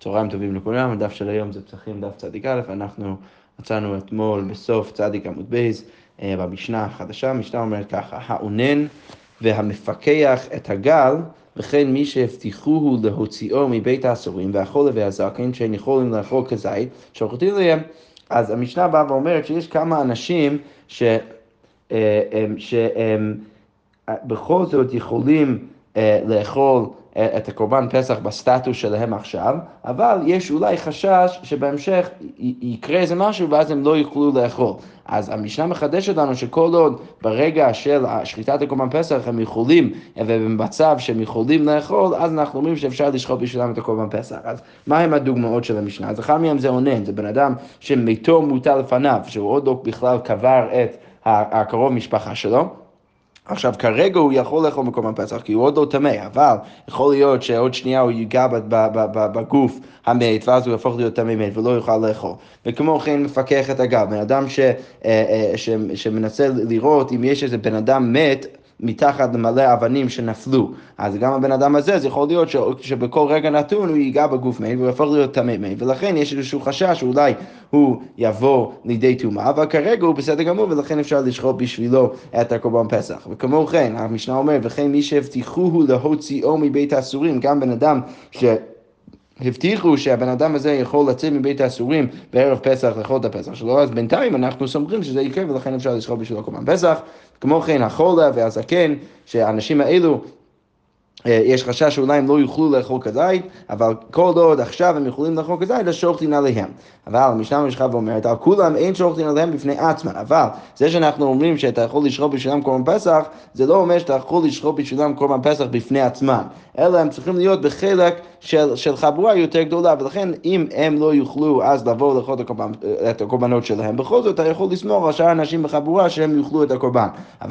צהריים טובים לכולם, הדף של היום זה פסחים דף צדיק א', אנחנו מצאנו אתמול בסוף צדיק עמוד בייס במשנה החדשה. המשנה אומרת ככה: האונן והמפקח את הגל וכן מי שהבטיחוהו להוציאו מבית האסורים והחולה והזקן שאין יכולים לאכול כזית שוחטים להם. אז המשנה באה ואומרת שיש כמה אנשים שהם בכל זאת יכולים לאכול את הקורבן פסח בסטטוס שלהם עכשיו, אבל יש אולי חשש שבהמשך יקרה איזה משהו ואז הם לא יוכלו לאכול. אז המשנה מחדשת לנו שכל עוד ברגע של שחיטת הקורבן פסח הם יכולים, ובמצב שהם יכולים לאכול, אז אנחנו אומרים שאפשר לשחוט בשבילם את הקורבן פסח. אז מה הם הדוגמאות של המשנה? אז אחד מהם זה אונן, זה בן אדם שמיתו מוטל לפניו, שהוא עוד לא בכלל קבר את הקרוב משפחה שלו. עכשיו, כרגע הוא יכול לאכול מקורבן פסח, כי הוא עוד לא טמא, אבל יכול להיות שעוד שנייה הוא ייגע בגוף המת, ואז הוא יהפוך להיות טמא מת ולא יוכל לאכול. וכמו כן מפקח את הגל, בן אדם שמנסה לראות אם יש איזה בן אדם מת, מתחת למלא אבנים שנפלו. אז גם הבן אדם הזה, זה יכול להיות שבכל רגע נתון הוא ייגע בגוף מת והוא יהפוך להיות טמא מת, ולכן יש איזשהו חשש שאולי הוא יבוא לידי טומאה, אבל כרגע הוא בסדר גמור ולכן אפשר לשחוט בשבילו את הקורבן פסח. וכמו כן, המשנה אומרת, וכן מי שהבטיחוהו להוציאו מבית האסורים, גם בן אדם הבטיחו שהבן אדם הזה יכול לצאת מבית האסורים בערב פסח לאכול את הפסח שלו, אז בינתיים אנחנו סומכים שזה יקרה ולכן אפשר לשחוט בשבילו קורבן פסח. כמו כן החולה והזקן, שהאנשים האלו יש חשש שאולי הם לא יוכלו לאכול כזית, אבל כל עוד עכשיו הם יכולים לאכול כזית, אז שוחטין עליהם. אבל המשנה ממשיכה ואומרת, על כולם אין שוחטין עליהם בפני עצמן, אבל זה שאנחנו אומרים שאתה יכול לשחוט בשבילם קורבן פסח, זה לא אומר שאתה יכול לשחוט בשבילם קורבן פסח בפני עצמן, אלא הם צריכים להיות בחלק של חבורה יותר גדולה, ולכן אם הם לא יוכלו אז לבוא לאכול את הקורבנות שלהם, בכל זאת אתה יכול לסמוך על שאר אנשים בחבורה שהם יאכלו את הקורבן,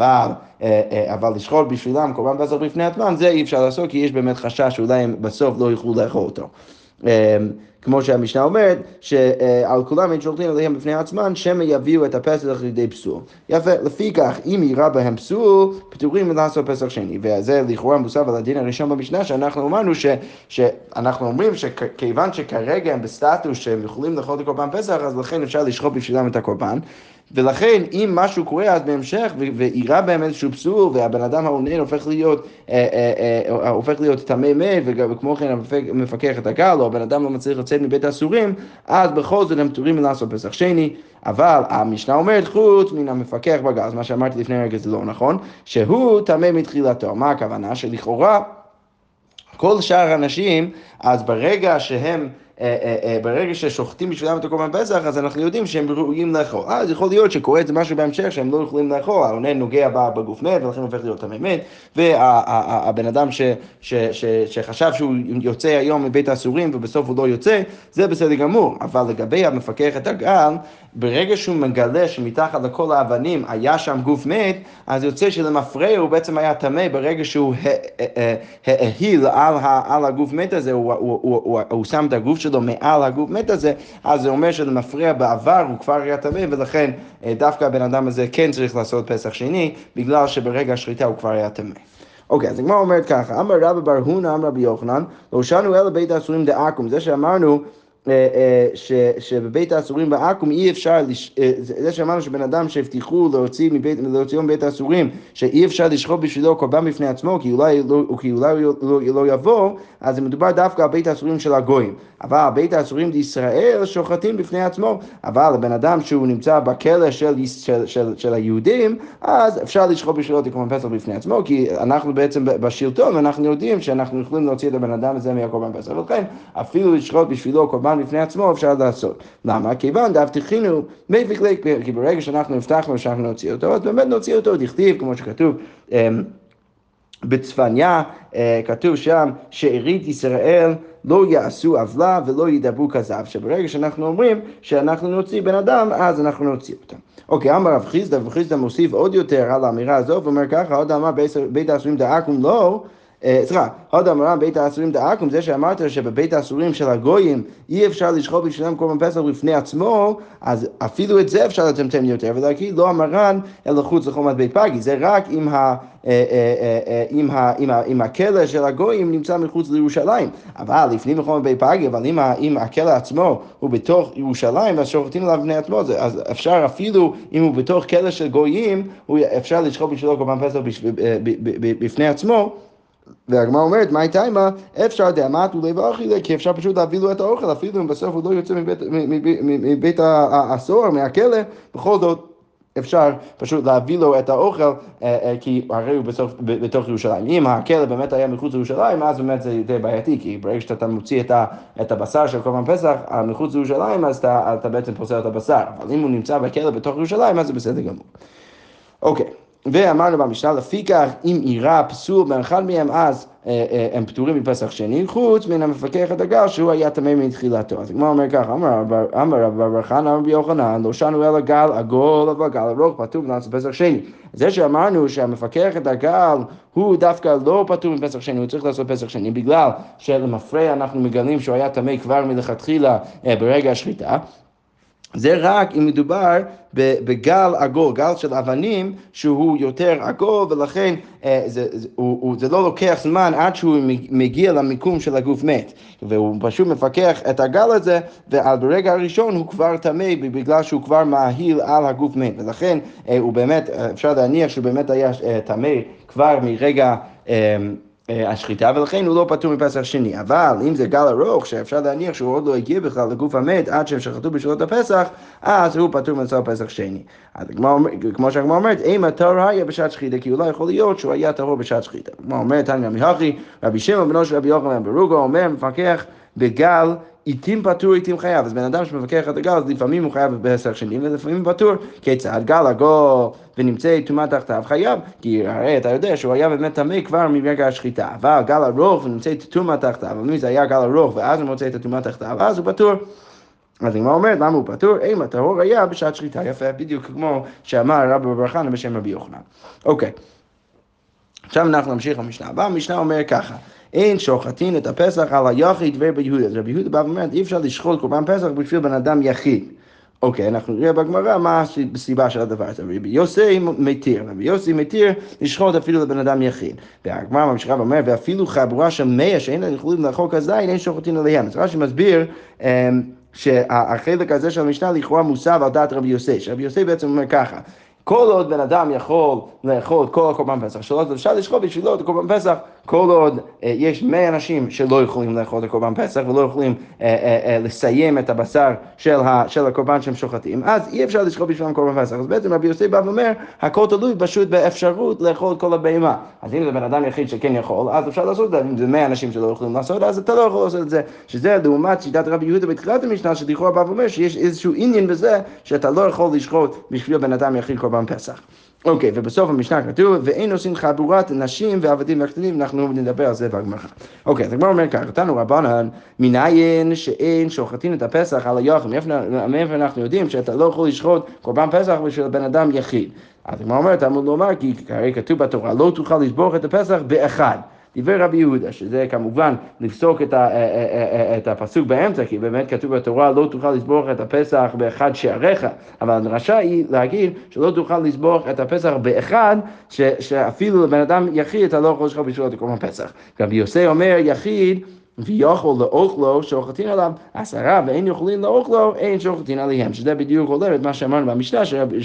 אבל לשחוט בשבילם קורבן פסח בפני עצמן, זה אי אפשר לעשות, כי יש באמת חשש שאולי הם בסוף לא יוכלו לאכול אותו. כמו שהמשנה אומרת, שעל כולם אין שוחטין עליהם בפני עצמן, שמא יביאו את הפסח לידי פסול. יפה, לפי כך, אם יראה בהם פסול, פטורים מלעשות פסח שני. וזה לכאורה מוסף על הדין הראשון במשנה, שאנחנו אמרנו שאנחנו אומרים שכיוון שכרגע הם בסטטוס שהם יכולים לאכול את הקורבן פסח, אז לכן אפשר לשחוט בשבילם את הקורבן. ולכן אם משהו קורה אז בהמשך ויראה בהם איזשהו פסול והבן אדם האונן הופך להיות טמא מת וכמו כן מפקח את הגל או הבן אדם לא מצליח לצאת מבית האסורים, אז בכל זאת הם פטורים מלעשות פסח שני. אבל המשנה אומרת חוץ מן המפקח בגל, אז מה שאמרתי לפני רגע זה לא נכון, שהוא טמא מתחילתו. מה הכוונה? שלכאורה כל שאר האנשים אז ברגע ששוחטים בשבילם את הקורבן פסח, אז אנחנו יודעים שהם ראויים לאכול. אז יכול להיות שקורה את זה משהו בהמשך שהם לא יכולים לאכול, האונן נוגע בגוף מת ולכן הופך להיות טמא מת, והבן אדם שחשב שהוא יוצא היום מבית האסורים ובסוף הוא לא יוצא, זה בסדר גמור. אבל לגבי המפקח את הגל, ברגע שהוא מגלה שמתחת לכל האבנים היה שם גוף מת, אז יוצא שלמפרע הוא בעצם היה טמא ברגע שהוא העיל על הגוף מת הזה, הוא שם את הגוף שלו מעל הגוף מת הזה, אז זה אומר שלמפרע בעבר הוא כבר היה טמא, ולכן דווקא הבן אדם הזה כן צריך לעשות פסח שני, בגלל שברגע השחיטה הוא כבר היה טמא. אוקיי, אז הגמרא אומרת ככה, אמר רבא בר הונא אמר רבי יוחנן, לא שנו אלא בית האסורים דעקום. זה שאמרנו שבבית האסורים בעכו"ם אי אפשר, זה שאמרנו שבן אדם שהבטיחו להוציאו מבית האסורים, שאי אפשר לשחוט בשבילו קורבן בפני עצמו, כי אולי לא יבוא, אז זה מדובר דווקא על בית האסורים של הגויים. אבל בית האסורים בישראל שוחטים בפני עצמו, אבל הבן אדם שהוא נמצא בכלא של היהודים, אז אפשר לשחוט בשבילו את קורבן פסח בפני עצמו, כי אנחנו בעצם בשלטון, ואנחנו יודעים שאנחנו יכולים להוציא את הבן אדם הזה מהקורבן פסח, ולכן אפילו לשחוט בשבילו קורבן בפני עצמו אפשר לעשות. למה? כיוון דבתיכינו מפיק לק, כי ברגע שאנחנו הבטחנו שאנחנו נוציא אותו, אז באמת נוציא אותו, דכתיב, כמו שכתוב בצפניה, כתוב שם שארית ישראל לא יעשו עוולה ולא ידברו כזב, שברגע שאנחנו אומרים שאנחנו נוציא בן אדם, אז אנחנו נוציא אותם. אוקיי, אמר רב חיסדא, ורב חיסדא מוסיף עוד יותר על האמירה הזו, ואומר ככה, עוד אמר בית האסורים דעקום לא, סליחה, עוד אמרה בית האסורים דאקום, זה שאמרת שבבית האסורים של הגויים אי אפשר לשחוט בשבילם קורבן פסח בפני עצמו, אז אפילו את זה אפשר לטמטם יותר, ולהגיד לא המרן אלא חוץ לחומת בית פגי, זה רק אם הכלא של הגויים נמצא מחוץ לירושלים, אבל לפנים משורת בית פגי, אבל אם הכלא עצמו הוא בתוך ירושלים, אז שוחטים עליו בני עצמו, אז אפשר אפילו אם הוא בתוך כלא של גויים, אפשר לשחוט בשבילו קורבן פסח בפני עצמו, והגמרא אומרת, מה הייתה אימה? אפשר דאמת ולב אכילה, כי אפשר פשוט להביא לו את האוכל, אפילו אם בסוף הוא לא יוצא מבית הסוהר, מהכלא, בכל זאת אפשר פשוט להביא לו את האוכל, כי הרי הוא בסוף בתוך ירושלים. אם הכלא באמת היה מחוץ לירושלים, אז באמת זה יותר בעייתי, כי ברגע שאתה מוציא את הבשר של קורבן פסח מחוץ לירושלים, אז אתה בעצם פוסל את הבשר, אבל אם הוא נמצא בכלא בתוך ירושלים, אז זה בסדר גמור. אוקיי. ואמרנו במשנה, לפיכך אם אירע פסול בין אחד מהם, אז הם פטורים מפסח שני, חוץ מן המפקח הדגל שהוא היה טמא מתחילתו. אז כמו אומר כך, אמר רב בר חנא אמר רבי יוחנן, לא שנו אלא גל עגול, אבל גל ארוך פטור מפסח פסח שני. זה שאמרנו שהמפקח הדגל הוא דווקא לא פטור מפסח שני, הוא צריך לעשות פסח שני, בגלל שלמפרע אנחנו מגלים שהוא היה טמא כבר מלכתחילה ברגע השחיטה. זה רק אם מדובר בגל עגול, גל של אבנים שהוא יותר עגול, ולכן זה לא לוקח זמן עד שהוא מגיע למיקום של הגוף מת, והוא פשוט מפקח את הגל הזה, וברגע הראשון הוא כבר טמא בגלל שהוא כבר מאהיל על הגוף מת, ולכן הוא באמת, אפשר להניח שהוא באמת היה טמא כבר מרגע השחיטה, ולכן הוא לא פטור מפסח שני. אבל אם זה גל ארוך, שאפשר להניח שהוא עוד לא הגיע בכלל לגוף המת עד שהם שחטו בשבילות הפסח, אז הוא פטור מצוות פסח שני. אז כמו שהגמרא אומרת, אימה טהור היה בשעת שחיטה, כי אולי יכול להיות שהוא היה טהור בשעת שחיטה. כמו אומרת, תניא מיכי, רבי שמעון בנו של רבי יוחנן ברוגו אומר, מפקח בגל עיתים פטור, עיתים חייב. אז בן אדם שמפקח את הגל, אז לפעמים הוא חייב בפסח שני, ולפעמים פטור. כיצד? גל עגול ונמצא טומאה תחתיו חייב, כי הרי אתה יודע שהוא היה באמת טמא כבר מרגע השחיטה. אבל גל ארוך ונמצא טומאה תחתיו, אבל מי זה היה גל ארוך ואז הוא מוצא את הטומאה תחתיו, אז הוא פטור. אז הגמרא אומרת, למה הוא פטור? אימה טהור היה בשעת שחיטה. יפה, בדיוק כמו שאמר רבי בר חנא בשם רבי יוחנן. אוקיי. עכשיו אנחנו נמשיך למשנה הבאה. המשנה אומר ככה, אין שוחטין את הפסח על היחיד ורבי יהודה. אז רבי יהודה בא ואומר, אי אפשר לשחוט קורבן פסח בשביל בן אדם יחיד. אוקיי, אנחנו נראה בגמרא מה הסיבה של הדבר הזה. רבי יוסי מתיר, רבי יוסי מתיר לשחוט אפילו לבן אדם יחיד. והגמרא ממשיכה ואומר, ואפילו חבורה של 100 שאין להם יכולים לאכול כזית, אין שוחטין עליהם. אז רש"י מסביר שהחלק הזה של המשנה לכאורה מוסב על דעת רבי יוסי, שרבי יוסי בעצם אומר ככה, כל עוד בן אדם יכול לאכול כל הקורבן פסח שלו, אז אפשר לשחוט בשבילו את הקורבן פסח, כל עוד יש 100 אנשים שלא יכולים לאכול את הקורבן פסח ולא יכולים לסיים את הבשר של הקורבן שהם שוחטים, אז אי אפשר לשחוט בשבילם קורבן פסח. אז בעצם רבי יוסי בא ואומר, הכל תלוי פשוט באפשרות לאכול כל הבהמה. אז אם זה בן אדם יחיד שכן יכול, אז אפשר לעשות את זה, אם זה 100 אנשים שלא יכולים לעשות, אז אתה לא יכול לעשות את זה, שזה לעומת שיטת רבי יהודה בתחילת המשנה, שלכאורה בא ואומר שיש איזשהו עניין בזה, שאתה לא יכול לשחוט בשביל בן אדם יחיד קורבן פסח. אוקיי, ובסוף המשנה כתוב, ואין עושים חבורת נשים ועבדים וקטינים, אנחנו נדבר על זה בגמרא. אוקיי, אז הגמרא אומר כך, תנו רבנן, מניין שאין שוחטין את הפסח על היחיד, מאיפה אנחנו יודעים שאתה לא יכול לשחוט קורבן פסח בשביל בן אדם יחיד. אז הגמרא אומרת, תלמוד לומר, כי הרי כתוב בתורה, לא תוכל לסבוך את הפסח באחד. דיבר רבי יהודה, שזה כמובן לפסוק את הפסוק באמצע, כי באמת כתוב בתורה, לא תוכל לסבוך את הפסח באחד שעריך, אבל הדרשה היא להגיד שלא תוכל לסבוך את הפסח באחד, שאפילו לבן אדם יחיד אתה לא יכול לשחוט בשבילו את קורבן פסח. רבי יוסי אומר יחיד, ויכול לאוכלו שוחטין עליו 10, ואין יכולים לאוכלו, אין שוחטין עליהם, שזה בדיוק עולה את מה שאמרנו במשנה,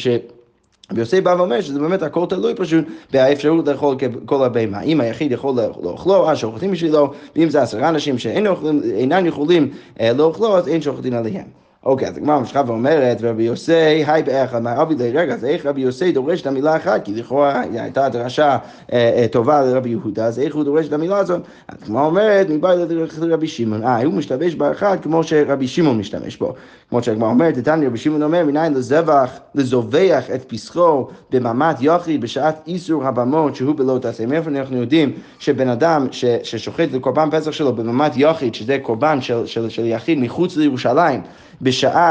רבי יוסי בא ואומר שזה באמת הכל תלוי פשוט באפשרות לאכול כל הבהמה. אם היחיד יכול לאכלו, אז שוחטים בשבילו, ואם זה 10 אנשים שאינם יכולים לאכלו, אז אין שוחטין עליהם. אוקיי, אז הגמרא ממשיכה ואומרת, רבי יוסי, היי באחד, מה אבי רגע, אז איך רבי יוסי דורש את המילה אחת? כי לכאורה הייתה דרשה טובה לרבי יהודה, אז איך הוא דורש את המילה הזאת? אז הגמרא אומרת, מבא לרבי שמעון, הוא משתמש באחד כמו שרבי שמעון משתמש בו. כמו שהגמרא אומרת, תתני רבי שמעון אומר, מניין לזובח את פסחו בממת יחיד בשעת איסור הבמות שהוא בלא תעשה. מאיפה אנחנו יודעים שבן אדם ששוחט לקורבן פסח שלו בממת יחיד, שזה קורבן של יחיד מחוץ לירושלים, בשעת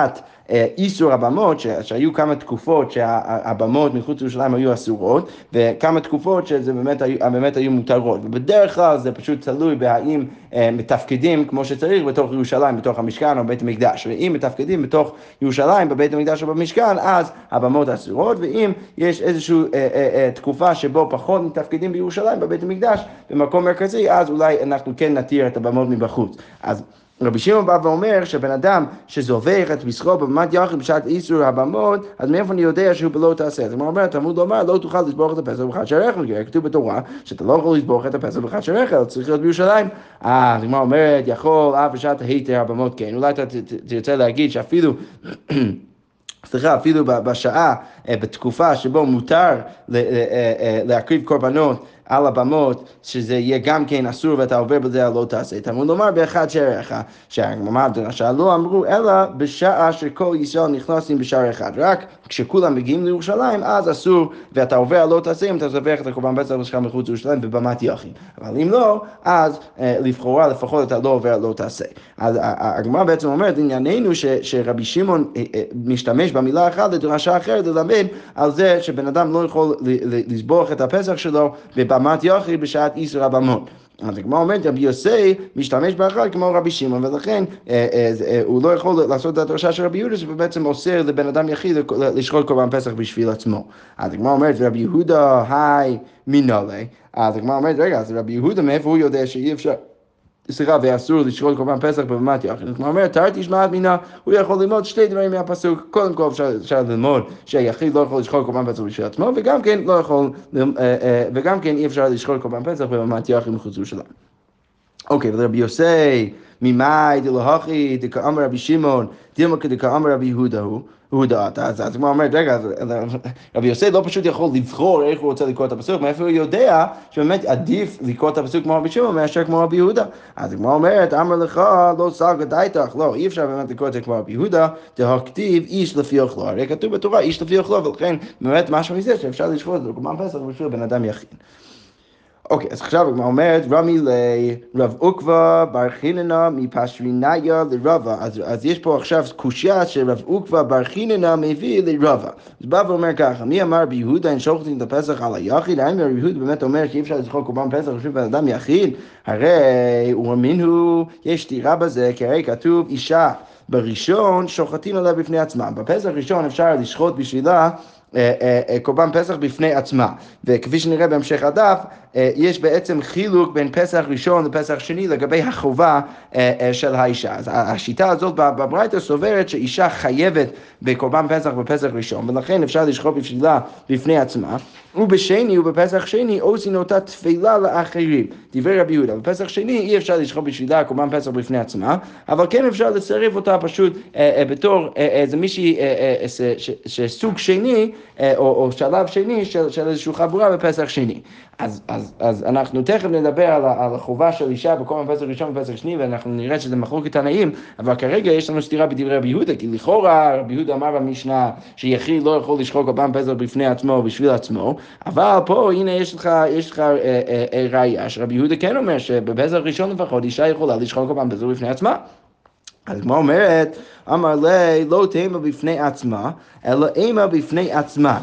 איסור הבמות, שהיו כמה תקופות שהבמות מחוץ לירושלים היו אסורות, וכמה תקופות שזה באמת היו מותרות. ובדרך כלל זה פשוט תלוי בהאם מתפקדים כמו שצריך בתוך ירושלים, בתוך המשכן או בית המקדש. ואם מתפקדים בתוך ירושלים, בבית המקדש או במשכן, אז הבמות אסורות, ואם יש איזושהי תקופה שבו פחות מתפקדים בירושלים, בבית המקדש, במקום מרכזי, אז אולי אנחנו כן נתיר את הבמות מבחוץ. אז רבי שמעון בא ואומר שבן אדם שזובח את בשרו בבמת יחיד בשעת איסור הבמות, אז מאיפה אני יודע שהוא בלא תעשה? אז הוא אומר, תלמוד לומר, לא תוכל לסבוח את הפסח בחד שעריך, כתוב בתורה שאתה לא יכול לסבוח את הפסח בחד שעריך, אלא צריך להיות בירושלים. אז הוא אומרת, יכול אף בשעת היתר הבמות כן. אולי אתה תרצה להגיד שאפילו אפילו בשעה, בתקופה שבו מותר להקריב קורבנות על הבמות, שזה יהיה גם כן אסור ואתה עובר בזה לא תעשה. תלמוד לומר באחד שעריך, שהגמרא דרשה לא אמרו, אלא בשעה שכל ישראל נכנסים בשער אחד. רק כשכולם מגיעים לירושלים, אז אסור ואתה עובר לא תעשה אם אתה זובח את הקורבן פסח שלך מחוץ לירושלים בבמת יחיד. אבל אם לא, אז לבחורה לפחות אתה לא עובר לא תעשה. אז הגמרא בעצם אומרת, ענייננו שרבי שמעון משתמש במילה אחת לדרשה אחרת ללמד על זה שבן אדם לא יכול לסבוח את הפסח שלו בבמת יחיד בשעת איסור הבמות. אז כמו אומרת, רבי יוסי משתמש באחד כמו רבי שמעון, ולכן הוא לא יכול לעשות את הדרשה של רבי יהודה, שבעצם אוסר לבן אדם יחיד לשחוט קורבן פסח בשביל עצמו. אז כמו אומרת, רבי יהודה, היי מינאלי. אז כמו אומרת, רגע, אז רבי יהודה, מאיפה הוא יודע שאי אפשר ואסור לשחוט קורבן פסח בבמת יחיד? כמו אומרת, תרתי שמעת מינה, הוא יכול ללמוד שתי דברים מהפסוק. קודם כל אפשר ללמוד שהיחיד לא יכול לשחוט קורבן פסח בשביל עצמו, וגם כן אי אפשר לשחוט קורבן פסח בבמת יחיד מחוץ לירושלים. אוקיי, ורבי יוסי, ממאי דלהכי דקאמר רבי שמעון, דילמה כדקאמר רבי יהודה הוא דעת. אז כמו אומרת, רגע, רבי יוסי לא פשוט יכול לבחור איך הוא רוצה לקרוא את הפסוק, מאיפה הוא יודע שבאמת עדיף לקרוא את הפסוק כמו רבי שמעון מאשר כמו רבי יהודה. אז כמו אומרת, אמר לך, לא סגה דייתך, לא, אי אפשר באמת לקרוא את זה כמו רבי יהודה, דהכתיב איש לפי אוכלו, הרי כתוב בתורה איש לפי אוכלו, ולכן באמת משהו מזה שאפשר לשחוט קורבן פסח בשביל בן אדם יחיד. אוקיי, אז עכשיו הגמרא אומרת, רמי לרב עוקבא בר חיננה מפשריניה לרבא. אז יש פה עכשיו קושיה שרב עוקבא בר חיננה מביא לרבא. אז בא ואומר ככה, מי אמר רבי יהודה אין שוחטים את הפסח על היחיד? האם רבי יהודה באמת אומר שאי אפשר לשחוט קורבן פסח בשביל בן אדם יחיד? הרי הוא מאמינו, יש סתירה בזה, כי הרי כתוב אישה בראשון שוחטים עליה בפני עצמם. בפסח ראשון אפשר לשחוט בשבילה קורבן פסח בפני עצמה, וכפי שנראה בהמשך הדף, יש בעצם חילוק בין פסח ראשון לפסח שני לגבי החובה של האישה. אז השיטה הזאת בברייתא סוברת שאישה חייבת בקורבן פסח בפסח ראשון, ולכן אפשר לשחוט בשבילה בפני עצמה, ובשני ובפסח שני עושים אותה תפילה לאחרים. דברי רבי יהודה, בפסח שני אי אפשר לשחוט בשבילה קורבן פסח בפני עצמה, אבל כן אפשר לצרף אותה פשוט בתור איזה מישהי שסוג שני, או שלב שני של איזושהי חבורה בפסח שני. אז אנחנו תכף נדבר על החובה של אישה בקורבן פסח ראשון ופסח שני, ואנחנו נראה שזה מחלוקת תנאים, אבל כרגע יש לנו סתירה בדברי רבי יהודה, כי לכאורה רבי יהודה אמר במשנה שיחיד לא יכול לשחוט קורבן פסח בפני עצמו או בשביל עצמו, אבל פה הנה יש לך ראיה שרבי יהודה כן אומר שבפסח ראשון לפחות אישה יכולה לשחוט קורבן פסח בפני עצמה. אז כמו אומרת, אמר לי, לא תאמה בפני עצמה, אלא אימה בפני עצמה.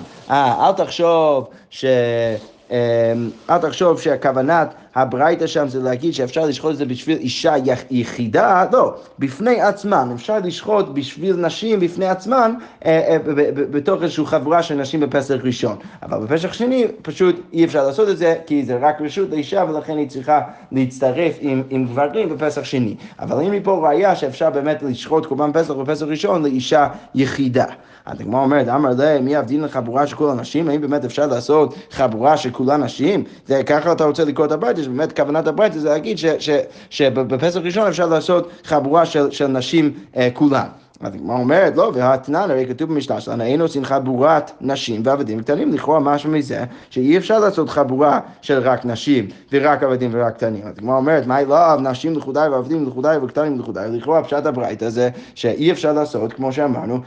אל תחשוב שהכוונת הברייתא שם זה להגיד שאפשר לשחוט את זה בשביל אישה יחידה, לא, בפני עצמן, אפשר לשחוט בשביל נשים בפני עצמן, בתוך איזושהי חבורה של נשים בפסח ראשון. אבל בפסח שני פשוט אי אפשר לעשות את זה, כי זה רק רשות לאישה, ולכן היא צריכה להצטרף עם גברים בפסח שני. אבל אם מפה ראיה שאפשר באמת לשחוט קורבן פסח בפסח ראשון לאישה יחידה. אז כמו אומרת, אמר לי, מי יבדין לחבורה של כל הנשים? האם באמת אפשר לעשות חבורה של כולה נשים? זה ככה אתה רוצה לקרוא את הברייתא, שבאמת כוונת הברייתא זה להגיד שבפסח ראשון אפשר לעשות חבורה של נשים כולן. אז מה אומרת? לא, והתנן, הרי כתוב במשנה שלנו, אין עושים חבורת נשים ועבדים קטנים, לכאורה משהו מזה, שאי אפשר לעשות חבורה של רק נשים ורק עבדים ורק קטנים. אז מה אומרת? מה לא, נשים לחודי ועבדים לחודי וקטנים לחודי, לכאורה פשט הברייתא זה שאי אפשר לעשות, כמו שאמרנו,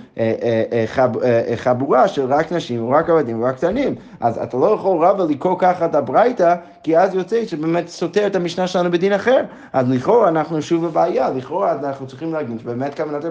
חבורה של רק נשים ורק עבדים ורק קטנים. אז אתה לא יכול רב לקרוא ככה את הברייתא, כי אז יוצא שבאמת סותר את המשנה שלנו בדין אחר. אז לכאורה אנחנו שוב בבעיה, לכאורה אנחנו צריכים להגיד שבאמת כוונת רבי יהודה זה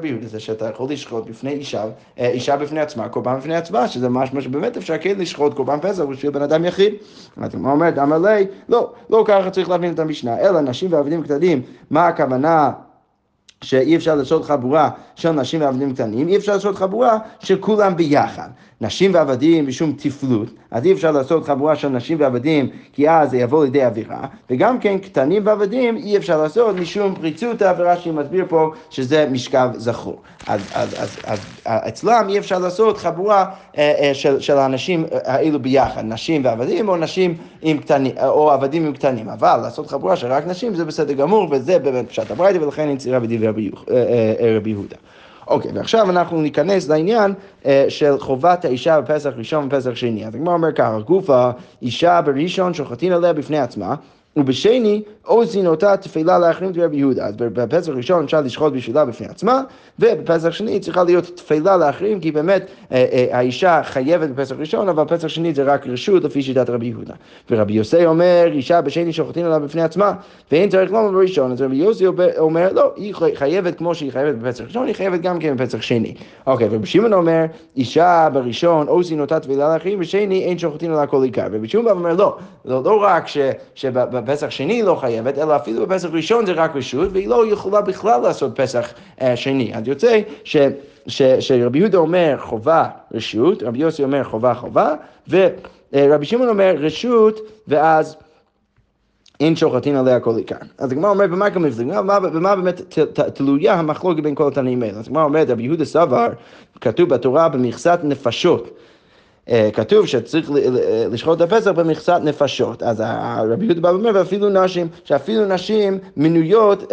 שאתה יכול לשחוט בפני אישה בפני עצמה, קורבן בפני עצמה, שזה משהו שבאמת אפשר כן לשחוט קורבן פסח בשביל בן אדם יחיד. הגמרא אומרת, אמר לי, לא ככה צריך להבין את המשנה, אלא נשים ועבדים קטנים, מה הכוונה? שאי אפשר לעשות חבורה של נשים ועבדים קטנים, אי אפשר לעשות חבורה של כולם ביחד. נשים ועבדים משום תפלות, אז אי אפשר לעשות חבורה של נשים ועבדים, כי אז זה יבוא לידי עבירה, וגם כן קטנים ועבדים אי אפשר לעשות משום פריצות העבירה שהיא מסביר פה, שזה משכב זכור. אז אצלם אי אפשר לעשות חבורה של האנשים האלו ביחד, נשים ועבדים או נשים עם קטנים, או עבדים עם קטנים, אבל לעשות חבורה של רק נשים זה בסדר גמור, וזה באמת פשט הברייתא, ולכן אין צירה בדברי רבי יהודה. אוקיי, ועכשיו אנחנו ניכנס לעניין של חובת האישה בפסח ראשון ופסח שני. אז הגמרא אומר ככה, גופה, אישה בראשון שוחטין עליה בפני עצמה, ובשני עושים אותה תפילה לאחרים דברי רבי יהודה. אז בפסח ראשון אפשר לשחוט בשבילה בפני עצמה, ובפסח שני צריכה להיות תפילה לאחרים, כי באמת האישה חייבת בפסח ראשון, אבל בפסח שני זה רק רשות לפי שיטת רבי יהודה. ורבי יוסי אומר, אישה בשני שוחטין עליה בפני עצמה, ואין צריך לומר בראשון. אז רבי יוסי אומר, לא, היא חייבת כמו שהיא חייבת בפסח ראשון, היא חייבת גם כן בפסח שני. אוקיי, ורבי שמעון אומר, אישה בראשון עושים אותה תפילה לאחרים, בשני אין שוחטין עליה כל עיקר. ורבי שמעון אומר, לא רק שבפסח שני לא חייבת, אלא אפילו בפסח ראשון זה רק רשות, והיא לא יכולה בכלל לעשות פסח שני. אז יוצא שרבי יהודה אומר חובה רשות, רבי יוסי אומר חובה, ורבי שמעון אומר רשות, ואז אין שוחטין עליה כל עיקר. אז הגמרא אומר, במה גם מבדילים? במה באמת תלויה המחלוקת בין כל התנאים האלה? אז הגמרא אומר, רבי יהודה סבר, כתוב בתורה במכסת נפשות. כתוב שצריך לשחוט את הפסח במכסת נפשות. אז רבי יהודה בא ואומר, ואפילו נשים, שאפילו נשים מנויות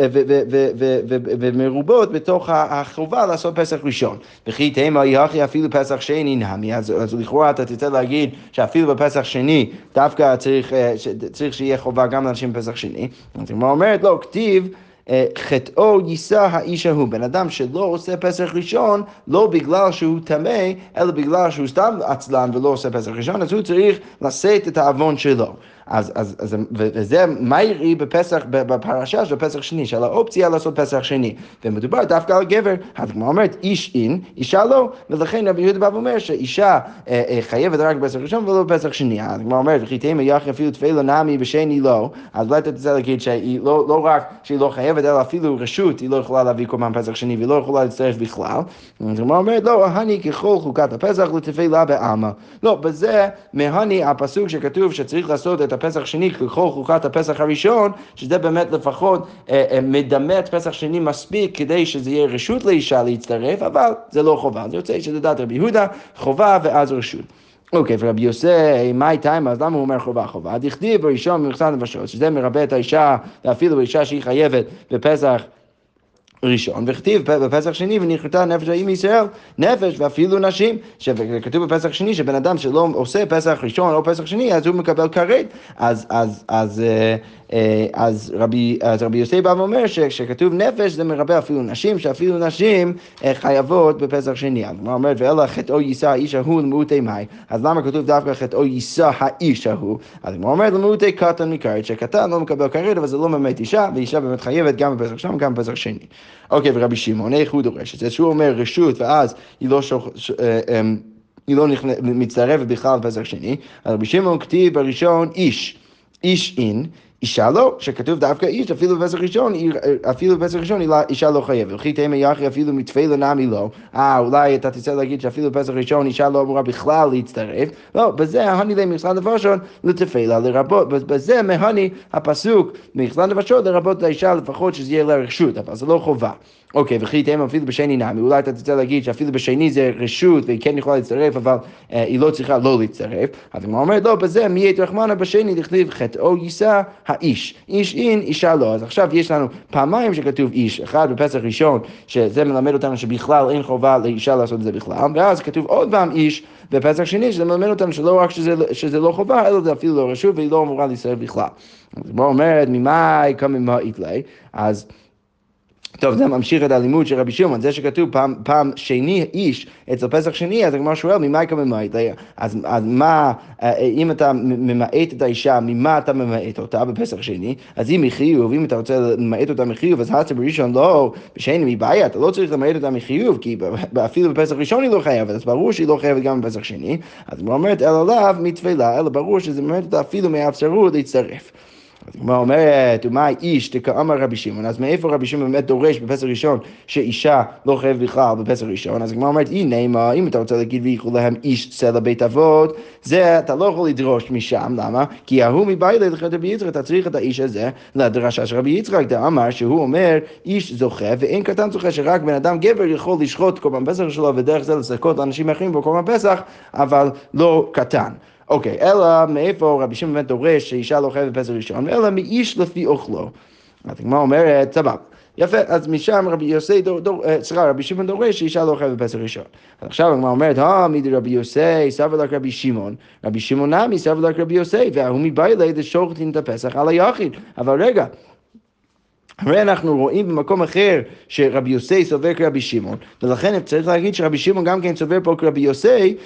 ומרובות בתוך החובה לעשות פסח ראשון. וכי תימא יחי אפילו פסח שני נמי, אז לכאורה אתה תצא להגיד שאפילו בפסח שני דווקא צריך שיהיה חובה גם לאנשים בפסח שני. אז הוא אומרת, לא, כתיב, חטאו יישא האיש ההוא, בן אדם שלא עושה פסח ראשון, לא בגלל שהוא טמא, אלא בגלל שהוא סתם עצלן ולא עושה פסח ראשון, אז הוא צריך לשאת את העוון שלו. וזה מה יראי בפרשה של פסח שני, של האופציה לעשות פסח שני. ומדובר דווקא על גבר, הגמרא אומרת איש אין, אישה לא, ולכן רבי יהודה בא ואומר שאישה חייבת רק בפסח ראשון ולא בפסח שני. הגמרא אומרת, וכי תימא יחי אפילו תפילה נמי בשני לא, אז אולי אתה תצא להגיד שהיא לא רק שהיא לא חייבת, אלא אפילו רשות, היא לא יכולה להביא קורבן פסח שני, והיא לא יכולה להצטרף בכלל. הגמרא אומרת, לא, הני ככל חוקת הפסח לתפילה בעלמא. לא, בזה מהני הפסוק שכתוב שצריך לעשות את הפסח שני ככל חוקת הפסח הראשון, שזה באמת לפחות מדמה את פסח שני מספיק כדי שזה יהיה רשות לאישה להצטרף, אבל זה לא חובה. זה יוצא שדעת רבי יהודה חובה ואז רשות. אוקיי, ורבי יוסי, מה הייתה, אז למה הוא אומר חובה? דכתיב בראשון במכסת נפשות, שזה מרבה את האישה, ואפילו באישה שהיא חייבת בפסח ראשון, וכתיב בפסח שני, ונכרתה נפש האם ישראל, נפש ואפילו נשים, שכתוב בפסח שני, שבן אדם שלא עושה פסח ראשון או פסח שני, אז הוא מקבל כרת. אז רבי יוסי בא ואומר שכתוב נפש זה מרבה אפילו נשים, שאפילו נשים חייבות בפסח שני. אז הוא אומר, ואלה חטאו יישא האיש ההוא למעוטי מי, אז למה כתוב דווקא חטאו יישא האיש ההוא? אז הוא אומר, למעוטי קטן מכרת, שקטן לא מקבל כרת, אבל זה לא באמת אישה, ואישה באמת חייבת גם בפסח ראשון וגם בפסח שני. אוקיי, ורבי שמעון, איך הוא דורש? זה שהוא אומר רשות, ואז היא לא מצטרפת בכלל בפסח שני. אז רבי שמעון כתיב בראשון איש אין, אישה לא, שכתוב דווקא איש, אפילו בפסח ראשון אישה לא חייבת. וכי תימא יחי אפילו מתפילה נמי לא. אולי אתה תצא להגיד שאפילו בפסח ראשון אישה לא אמורה בכלל להצטרף. לא, בזה הני למכסת נפשות לתפילה לרבות, בזה מהני הפסוק מכסת נפשות לרבות האישה לפחות שזה יהיה לה רשות, אבל זה לא חובה. אוקיי, וכי תימא אפילו בשני נמי, אולי אתה תצא להגיד שאפילו בשני זה רשות והיא כן יכולה להצטרף, אבל היא לא צריכה לא להצטרף. אז הוא אומר, לא, בזה מי יהיה רחמנה בשני לכתיב חטאו יישא האיש. איש אין, אישה לא. אז עכשיו יש לנו פעמיים שכתוב איש, אחד בפסח ראשון, שזה מלמד אותנו שבכלל אין חובה לאישה לעשות את זה בכלל, ואז כתוב עוד פעם איש בפסח שני, שזה מלמד אותנו שלא רק שזה לא חובה, אלא זה אפילו לא רשות, והיא לא אמורה להצטרף בכלל. אז הוא אומר, ממאי כמה איתלי, אז טוב, זה ממשיך את הלימוד של רבי שמעון, זה שכתוב פעם שני איש אצל פסח שני, אז הגמרא שואל, ממה אתה ממעט? אז מה, אם אתה ממעט את האישה, ממה אתה ממעט אותה בפסח שני? אז אם מחיוב, אם אתה רוצה למעט אותה מחיוב, אז הצה בראשון לא, בשני מבעיה, אתה לא צריך למעט אותה מחיוב, כי אפילו בפסח ראשון היא לא חייבת, אז ברור שהיא לא חייבת גם בפסח שני, אז היא אומרת, אלא לאו מתפילה, אלא ברור שזה ממעט אותה אפילו מהאפשרות להצטרף. אז הגמרא אומרת, ומה איש דכאמר רבי שמעון, אז מאיפה רבי שמעון באמת דורש בפסח ראשון שאישה לא חייבת בכלל בפסח ראשון? אז הגמרא אומרת, הנה, אם אתה רוצה להגיד ויקחו להם איש סלע בית אבות, זה אתה לא יכול לדרוש משם, למה? כי ההוא מבית להלכת רבי יצחק, אתה צריך את האיש הזה לדרשה של רבי יצחק, דאמר שהוא אומר, איש זוכה, ואין קטן זוכה שרק בן אדם גבר יכול לשחוט קורבן פסח שלו, ודרך זה לזכות לאנשים אחרים בקורבן פסח, אבל לא קטן. אוקיי, אלא מאיפה רבי שמעון באמת דורש שאישה לא חייבת בפסח ראשון, אלא מאיש לפי אוכלו. אז הגמרא אומרת, סבבה. יפה, אז משם רבי שמעון דורש שאישה לא חייבת בפסח ראשון. אז עכשיו הגמרא אומרת, מידי רבי יוסי, סבר לך רבי שמעון, רבי שמעון נמי סבר לך רבי יוסי, והוא מבעילי דשוחטין את הפסח על היחיד. אבל רגע, הרי אנחנו רואים במקום אחר שרבי יוסי סובר כרבי שמעון, ולכן צריך להגיד שרבי שמעון גם כן סובר פה כרבי יוסי,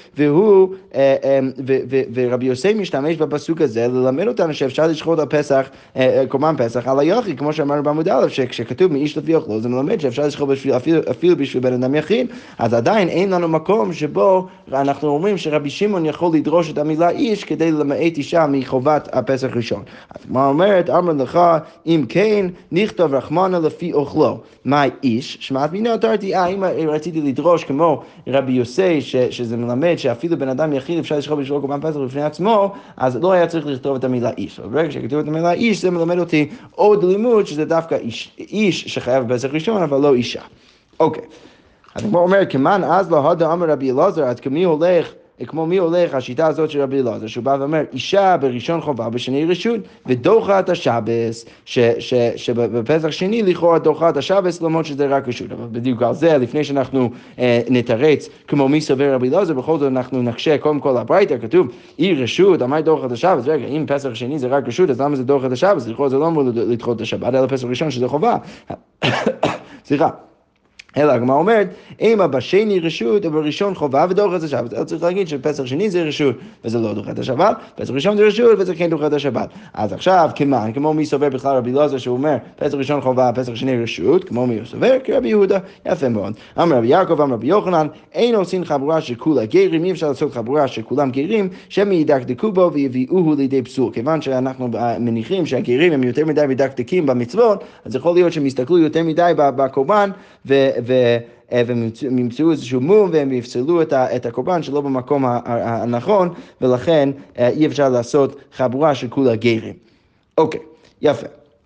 ורבי יוסי משתמש בפסוק הזה ללמד אותנו שאפשר לשחוט הפסח, קורבן פסח על היחיד, כמו שאמרנו בעמוד א', שכשכתוב מאיש לפי אוכלו, זה מלמד שאפשר לשחוט אפילו בשביל בן אדם יחיד, אז עדיין אין לנו מקום שבו אנחנו אומרים שרבי שמעון יכול לדרוש את המילה איש כדי למעט אישה מחובת הפסח ראשון. אז מה אומרת? אמר לך, אם כן, טוב רחמנה לפי אוכלו, מה איש? שמעת מינו תרתי, אם רציתי לדרוש כמו רבי יוסי, שזה מלמד שאפילו בן אדם יחיד אפשר לשחוט בשביל קורבן פסח לפני עצמו, אז לא היה צריך לכתוב את המילה איש. אבל ברגע שכתוב את המילה איש, זה מלמד אותי עוד לימוד, שזה דווקא איש שחייב בפסח ראשון, אבל לא אישה. אוקיי. אז כמו אומר, כמן אז לא הודה אמר רבי אלעזר, עד כמו מי הולך השיטה הזאת של רבי אלעזר, שהוא בא ואומר, אישה בראשון חובה בשני רשות, ודוחה את השבס, שבפסח שני לכאורה דוחה את השבס, למרות שזה רק רשות. אבל בדיוק על זה, לפני שאנחנו נתרץ, כמו מי סובר רבי אלעזר, בכל זאת אנחנו נקשה קודם כל הברייתא, כתוב, אי רשות, אמר דוחה את השבס, רגע, אם פסח שני זה רק רשות, אז למה זה דוחה את השבס? לכאורה זה לא אמור לדחות את השבת, אלא פסח ראשון שזה חובה. סליחה. אלא הגמרא אומרת, אימה בשני רשות ובראשון חובה ודוחה את השבת. אז צריך להגיד שפסח שני זה רשות וזה לא דוחה את השבת, פסח ראשון זה רשות וזה כן דוחה את השבת. אז עכשיו, כמו מי סובר בכלל רבי אלעזר שהוא אומר, פסח ראשון חובה, פסח שני רשות, כמו מי סובר? כרבי יהודה, יפה מאוד. אמר רבי יעקב, אמר רבי יוחנן, אין עושים חבורה שכולה גרים, אי אפשר לעשות חבורה שכולם גרים, שמיידקדקו בו ויביאוהו לידי פסול. כיוון שאנחנו מניחים שהגרים הם יותר מדי מדקדקים במצוות, אז יכול להיות שהם יסתכלו יותר מדי בקורבן והם ימצאו איזשהו מום והם יפסלו את הקורבן שלא במקום הנכון, ולכן אי אפשר לעשות חבורה של כולה גרים. אוקיי, יפה.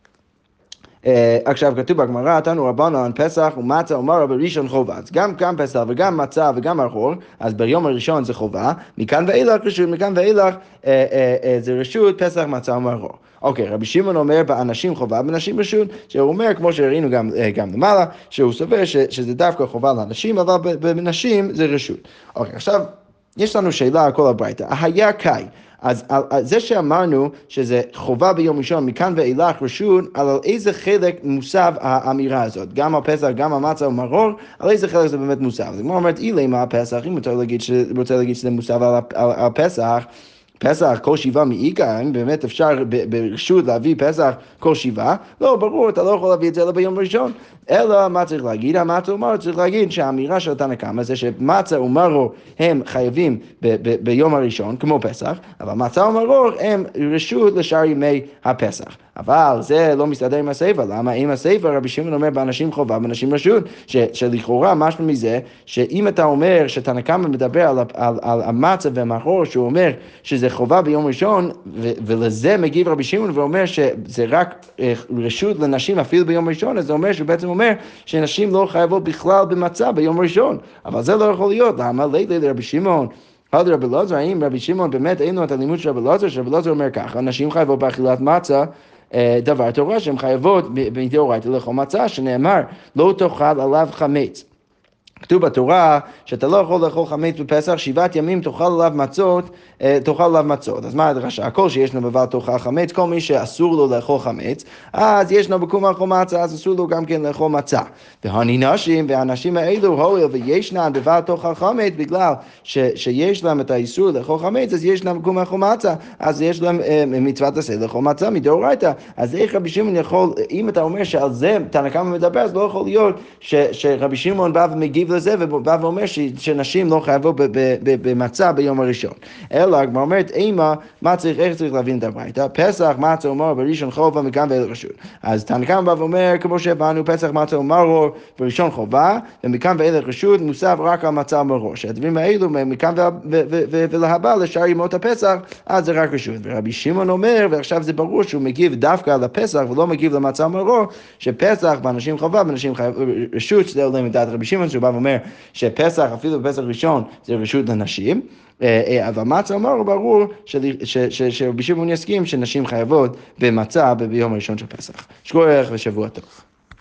עכשיו כתוב בגמרא, תנו רבנן פסח ומצה ומרה בראשון חובה, אז גם פסח וגם מצה וגם מרור, אז ביום הראשון זה חובה, מכאן ואילך רשות, מכאן ואילך זה רשות, פסח, מצה ומרור. אוקיי, רבי שמעון אומר באנשים חובה, בנשים רשות, שהוא אומר, כמו שראינו גם למעלה, שהוא סובר שזה דווקא חובה לאנשים, אבל בנשים זה רשות. אוקיי, עכשיו, יש לנו שאלה על כל הברייתא, היה קאי, אז זה שאמרנו שזה חובה ביום ראשון, מכאן ואילך רשות, על איזה חלק מוסב האמירה הזאת, גם הפסח, גם המצה ומרור, על איזה חלק זה באמת מוסב. אז כמו אומרת, אילי מה הפסח, אם רוצה להגיד שזה מוסב על הפסח, פסח כל שבעה מאיכא, אם באמת אפשר ברשות להביא פסח כל שבעה, לא, ברור, אתה לא יכול להביא את זה אלא ביום ראשון. אלא מה צריך להגיד? המצה ומרור צריך להגיד שהאמירה של תנא קמא זה שמצה ומרור הם חייבים ביום הראשון, כמו פסח, אבל מצה ומרור הם רשות לשאר ימי הפסח. אבל זה לא מסתדר עם הספר, למה? עם הספר רבי שמעון אומר באנשים חובה, באנשים רשות, שלכאורה משהו מזה, שאם אתה אומר שתנא קמא מדבר על המצה והמרור, שהוא אומר שזה חובה ביום ראשון, ולזה מגיב רבי שמעון ואומר שזה רק רשות לנשים אפילו ביום ראשון, אז זה אומר שהוא בעצם אומר שנשים לא חייבות בכלל במצה ביום ראשון, אבל זה לא יכול להיות, למה? לילה לרבי שמעון, על רבי אלעזר, האם רבי שמעון באמת אין לו את הלימוד של רבי אלעזר, שרבי אלעזר אומר ככה, נשים חייבות באכילת מצה, דבר תורה שהן חייבות מדאורייתא לאכול מצה, שנאמר לא תאכל עליו חמץ. כתוב בתורה שאתה לא יכול לאכול חמץ בפסח, 7 ימים תאכל עליו מצות. אז מה הדרשה? הכל שישנו בבל תאכל חמץ, כל מי שאסור לו לאכול חמץ, אז ישנו בקום לאכול מצה, אז אסור לו גם כן לאכול מצה. והאנשים האלו, הואיל וישנן בבל תאכל חמץ, בגלל שיש להם את האיסור לאכול חמץ, אז ישנם בקום לאכול מצה, אז יש להם מצוות עשה לאכול מצה מדאורייתא. אז איך רבי שמעון יכול, אם אתה אומר שעל זה תנא קמא מדבר, אז לא יכול להיות שרבי שמעון בא ומגיב לזה, ובא ואומר שנשים לא חייבות במצה ביום הראשון. אלא הגמרא אומרת, אימה, איך צריך להבין את הברייתא? פסח, מצה ומרור בראשון חובה, מכאן ואילך רשות. אז תנא קמא בא ואומר, כמו שהבנו, פסח, מצה ומרור בראשון חובה, ומכאן ואילך רשות מוסף רק על מצה ומרור. שהדברים האלו, מכאן ולהבא לשאר ימות הפסח, אז זה רק רשות. ורבי שמעון אומר, ועכשיו זה ברור שהוא מגיב דווקא על הפסח, ולא מגיב למצה ומרור, שפסח באנשים חובה, באנשים רשות, שזה עולה מדעת רבי שמעון, שהוא בא ואומר שפסח, אפילו בפסח ראשון, זה רשות לנשים, אבל מצה ומרור ברור שרבי שמעון יסכים שנשים חייבות במצה ביום הראשון של פסח. שכוח ושבוע טוב.